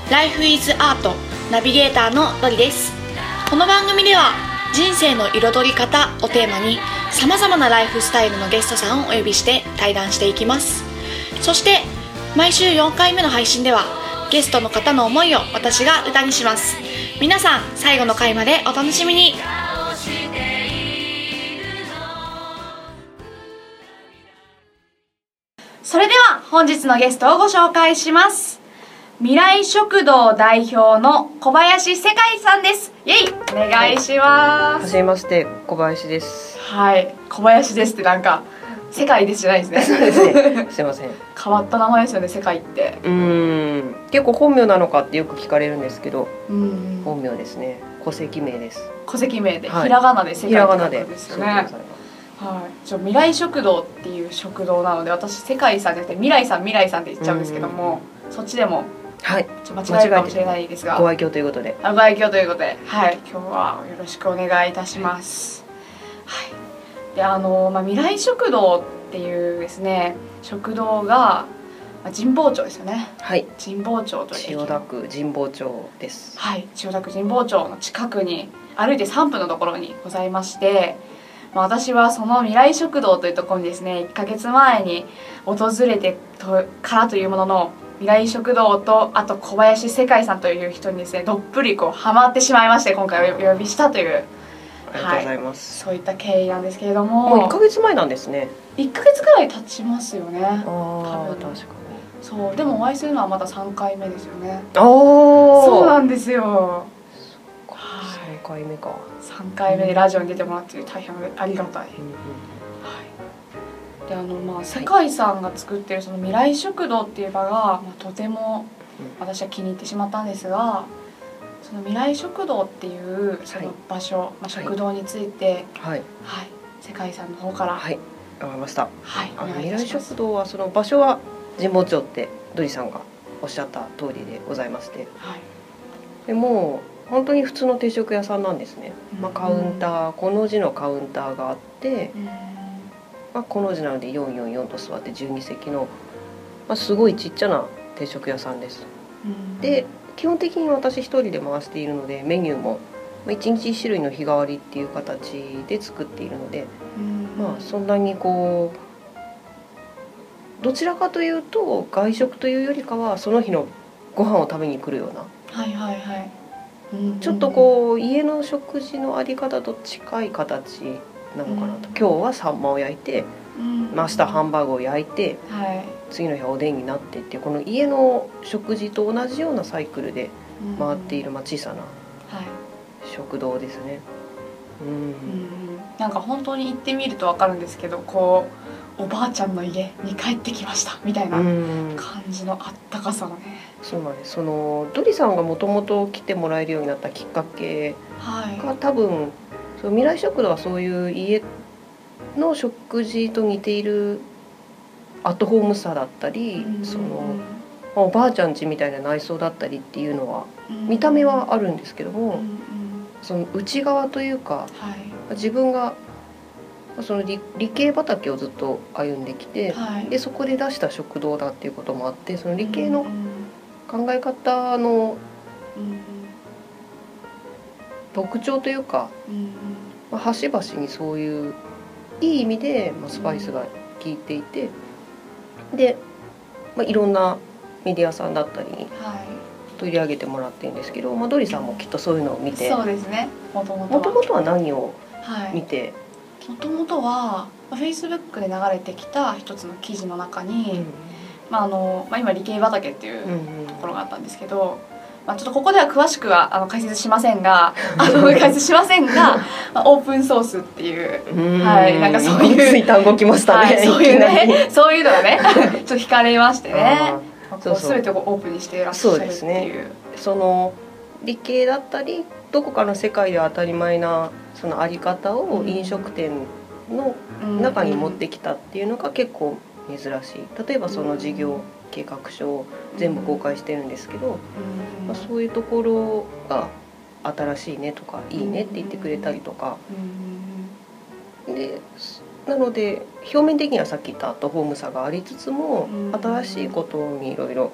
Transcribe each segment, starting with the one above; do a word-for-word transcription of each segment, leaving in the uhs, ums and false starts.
Life is Art ナビゲーターのロリです。この番組では人生の彩り方をテーマにさまざまなライフスタイルのゲストさんをお呼びして対談していきます。そして毎週よんかいめの配信ではゲストの方の思いを私が歌にします。皆さん最後の回までお楽しみに。それでは本日のゲストをご紹介します。未来食堂代表の小林世界さんです。イエイ、お願いします。 はじめまして、小林です。 はい、小林ですってなんか世界ですじゃないですね。 そうですね。すいません。 変わった名前ですよね、世界って。 うーん、結構本名なのかってよく聞かれるんですけど、 うん、 本名ですね。戸籍名です。 戸籍名で、 はい、 ひらがなで世界って書くんですよね。はい、じゃあ未来食堂っていう食堂なので、私世界さんじゃなくて未来さん未来さんって言っちゃうんですけども、そっちでもはい、 ちょっと間違えるかもしれないですが、 ご愛嬌ということで、 あ、ご愛嬌ということで、はい、今日はよろしくお願いいたします。はい、であの、まあ、未来食堂っていうですね食堂が、まあ、神保町ですよね。 はい、 神保町という千代田区神保町です。 はい、千代田区神保町の近くに歩いてさんぷんのところにございまして、まあ、私はその未来食堂というところにですねいっかげつまえに訪れてとからというものの、未来食堂とあと小林世界さんという人にですねどっぷりこうハマってしまいまして、今回お呼びしたという、 ありがとうございます、 はい、そういった経緯なんですけれども、 もういっかげつまえなんですね。 いっかげつくらい経ちますよね。 ああ、確かに。 そう、でもお会いするのはまださんかいめですよね。 ああ、 そうなんですよ。 さんかいめか。 さんかいめでラジオに出てもらって大変ありがたい、うんうん、はい、であのまあ世界さんが作ってるその未来食堂っていう場が、まあ、とても私は気に入ってしまったんですが、その未来食堂っていうその場所、はい、まあ、食堂について、はいはい、世界さんの方から、 はい、わかりました。 はい、 あの未来食堂はその場所は神保町ってドリさんがおっしゃった通りでございまして、はい、でも本当に普通の定食屋さんなんですね。まあ、カウンター、この字のカウンターがあって、まあ、この字なのでよんよんよんと座ってじゅうにせきの、まあ、すごいちっちゃな定食屋さんです。で基本的に私一人で回しているので、メニューもいちにちいち種類の日替わりっていう形で作っているので、まあそんなにこうどちらかというと外食というよりかはその日のご飯を食べに来るような、はいはいはい、ちょっとこう家の食事のあり方と近い形なのかなと、うん、今日はサンマを焼いて、うん、明日ハンバーグを焼いて、はい、次の日はおでんになってっていう、この家の食事と同じようなサイクルで回っている、まあ、小さな食堂ですね。うんうん、 なんか本当に行ってみると分かるんですけど、こうおばあちゃんの家に帰ってきましたみたいな感じのあったかさがね。 そうなんです。そのドリさんがもともと来てもらえるようになったきっかけが、はい、多分その未来食堂はそういう家の食事と似ているアットホームさだったり、うん、そのおばあちゃん家みたいな内装だったりっていうのは、うん、見た目はあるんですけども、うん、その内側というか、はい、自分がその 理, 理系畑をずっと歩んできて、はい、でそこで出した食堂だっていうこともあって、その理系の考え方の特徴というか、まあ、端々にそういういい意味で、まあ、スパイスが効いていて、で、まあ、いろんなメディアさんだったりに取り上げてもらってるんですけど、まあ、ドリさんもきっとそういうのを見て、 そうですね、もともとは何を見て、 もともとは Facebook で流れてきた一つの記事の中に、うん、まああのまあ、今理系畑っていうところがあったんですけど、うんうん、まあ、ちょっとここでは詳しくはあの解説しませんがあの解説しませんが、まあ、オープンソースっていう、はい、なんかそういうツイッター動きましたね、はい、 そういうねそういうのがねちょっと惹かれましてね、そうそう、全てをオープンにしていらっしゃるっていう。そうですね、 その理系だったりどこかの世界では当たり前なそのあり方を飲食店の中に持ってきたっていうのが結構珍しい。例えばその事業計画書を全部公開してるんですけど、まあ、そういうところが新しいねとかいいねって言ってくれたりとかで、なので表面的にはさっき言ったアットホームさがありつつも、新しいことにいろいろ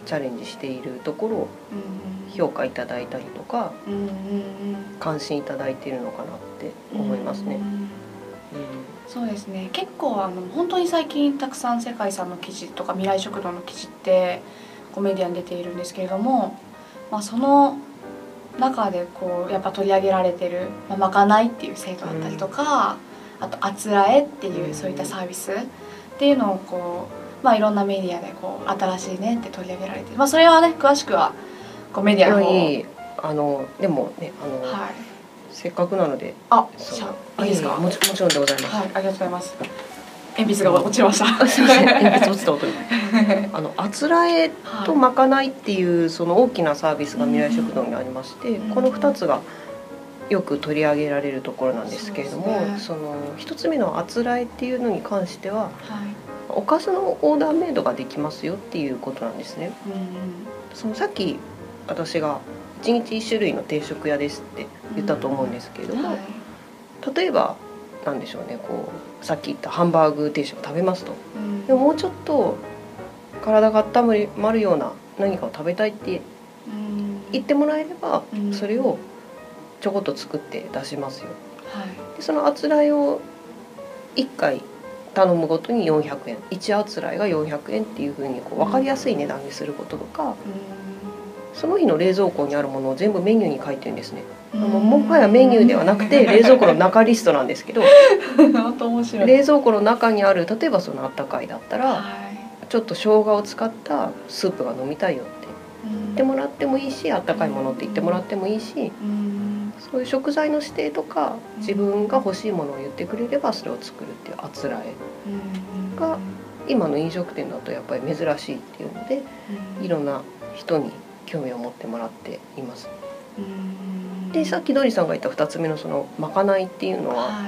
チャレンジしているところを評価いただいたりとか、うんうんうん、関心いただいているのかなって思いますね。うんうんうん、 そうですね。結構あの本当に最近たくさん世界さんの記事とか未来食堂の記事ってこうメディアに出ているんですけれども、まあ、その中でこうやっぱ取り上げられてる、まあ、まかないっていう制度だったりとか、うん、あとあつらえっていうそういったサービスっていうのをこう、まあ、いろんなメディアでこう新しいねって取り上げられて、まあ、それはね詳しくはこうメディアの方いいあのでもねあの、はい、せっかくなのであじゃあいいですか。 もち、もちろんでございます。 はい、ありがとうございます。鉛筆が落ちました。 すみません、鉛筆落ちた音に。あのあつらえとまかないっていうその大きなサービスが未来食堂にありまして、うん、このふたつがよく取り上げられるところなんですけれども、 そ,、ね、そのひとつめのあつらえっていうのに関しては、はい、おかずのオーダーメイドができますよっていうことなんですね。うん、そのさっき私がいちにちいち種類の定食屋ですって言ったと思うんですけれども、うんはい、例えばなんでしょうね、こうさっき言ったハンバーグ定食食べますと、うん、でももうちょっと体が温まるような何かを食べたいって言ってもらえれば、うん、それをちょこっと作って出しますよ、はい、でそのあつらいをいっかい頼むごとによんひゃくえん、いちあつらいがよんひゃくえんっていう風にこう分かりやすい値段にすることとか、うん、その日の冷蔵庫にあるものを全部メニューに書いてるんですね。あのもはやメニューではなくて冷蔵庫の中リストなんですけど本当面白い。 冷蔵庫の中にある例えばそのあったかいだったら、はい、ちょっと生姜を使ったスープが飲みたいよって言ってもらってもいいし、あったかいものって言ってもらってもいいし、うん、そういう食材の指定とか自分が欲しいものを言ってくれればそれを作るっていうあつらえが今の飲食店だとやっぱり珍しいっていうので、いろんな人に興味を持ってもらっています。でさっきドリさんが言ったふたつめのそのまかないっていうのは、はい、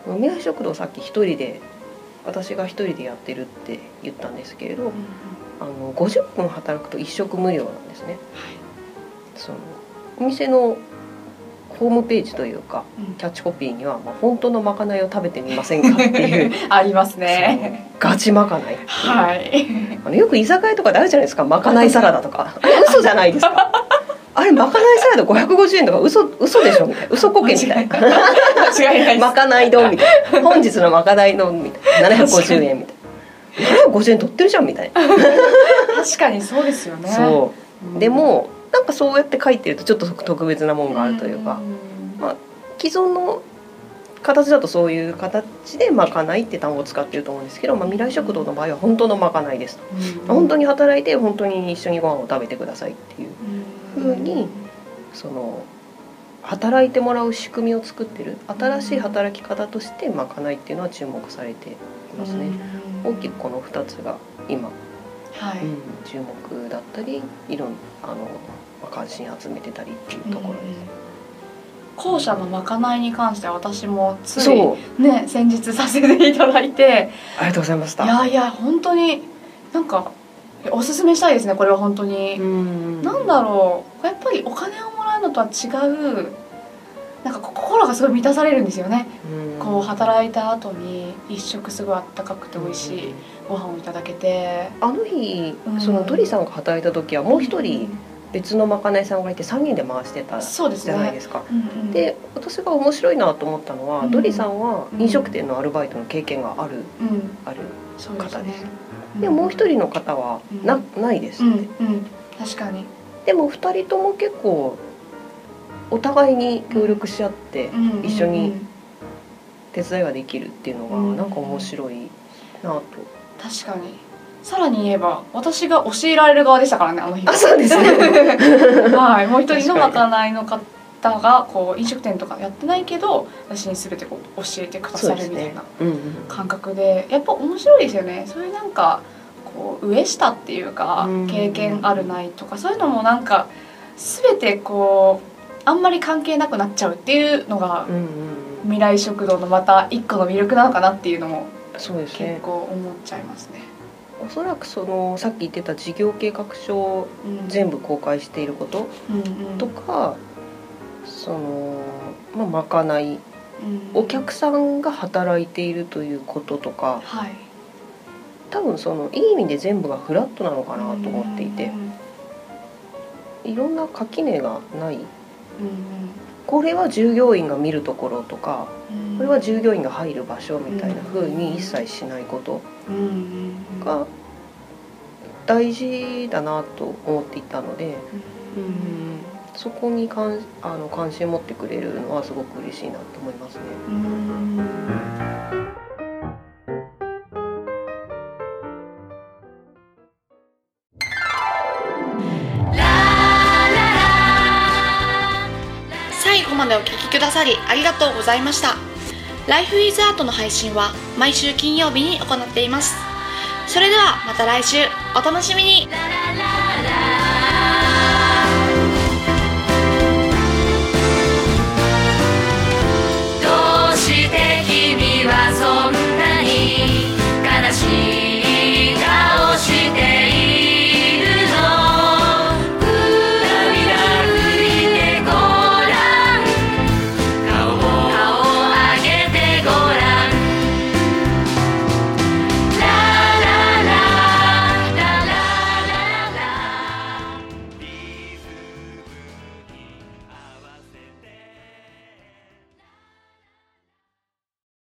未来食堂さっき一人で私が一人でやってるって言ったんですけれど、うん、あのごじゅっぷん働くと一食無料なんですね、はい、そのお店のホームページというか、うん、キャッチコピーには、まあ、本当のまかないを食べてみませんかっていうありますね。 ガチまかない、 はい、 あのよく居酒屋とかであるじゃないですか、まかないサラダとかあれ嘘じゃないですかあれまかないサラダごひゃくごじゅうえんとか嘘嘘でしょみたいな、嘘こけみたいな間違いないです。 まかない丼みたいな、本日のまかない丼みたいなななひゃくごじゅうえんみたいな、ななひゃくごじゅうえん取ってるじゃんみたいな確かにそうですよね。 そう、うん、でもなんかそうやって書いてるとちょっと特別なもんがあるというか、うん、まあ、既存の形だとそういう形でまかないって単語を使ってると思うんですけど、まあ、未来食堂の場合は本当のまかないですと、うん、本当に働いて本当に一緒にご飯を食べてくださいっていうふうに、その働いてもらう仕組みを作ってる新しい働き方としてまかないっていうのは注目されていますね。大きくこのふたつが今、はい、うん、注目だったり、いろんあの、まあ、関心集めてたりっていうところです。 後者のまかないに関しては私もついね先日させていただいてありがとうございました。 いやいや本当になんかおすすめしたいですね、これは本当に。うんなんだろう、やっぱりお金をもらうのとは違う、なんか心がすごい満たされるんですよね。こう働いた後に一食すごいあったかくて美味しいご飯をいただけて、 あの日そのドリさんが働いた時はもう一人別のまかないさんがいてさんにんで回してたじゃないですか。で、ねうんうん、で私が面白いなと思ったのは、うん、ドリさんは飲食店のアルバイトの経験がある、うん、ある方です。でももう一人の方は な,、うん、ないですって、うんうん、 確かに。 でもふたりとも結構お互いに協力し合って一緒に手伝いができるっていうのがなんか面白いなと。 確かに。さらに言えば私が教えられる側でしたからね、あの日は。 あ、そうですねはい、もう一人のまかないの方がこう飲食店とかやってないけど私に全てこう教えてくださるみたいな感覚で、やっぱ面白いですよね。そういうなんかこう上下っていうか経験あるないとかそういうのもなんか全てこうあんまり関係なくなっちゃうっていうのが未来食堂のまた一個の魅力なのかなっていうのも結構思っちゃいますね。 おそらくそのさっき言ってた事業計画書を全部公開していることとか、そのまあまかない、お客さんが働いているということとか多分そのいい意味で全部がフラットなのかなと思っていて、いろんな垣根がない、これは従業員が見るところとか、これは従業員が入る場所みたいな風に一切しないことが大事だなと思っていたので、そこに関あの関心を持ってくれるのはすごく嬉しいなと思いますね。 最後までお聞きくださりありがとうございました。Life with Art の配信は毎週金曜日に行っています。それではまた来週お楽しみに。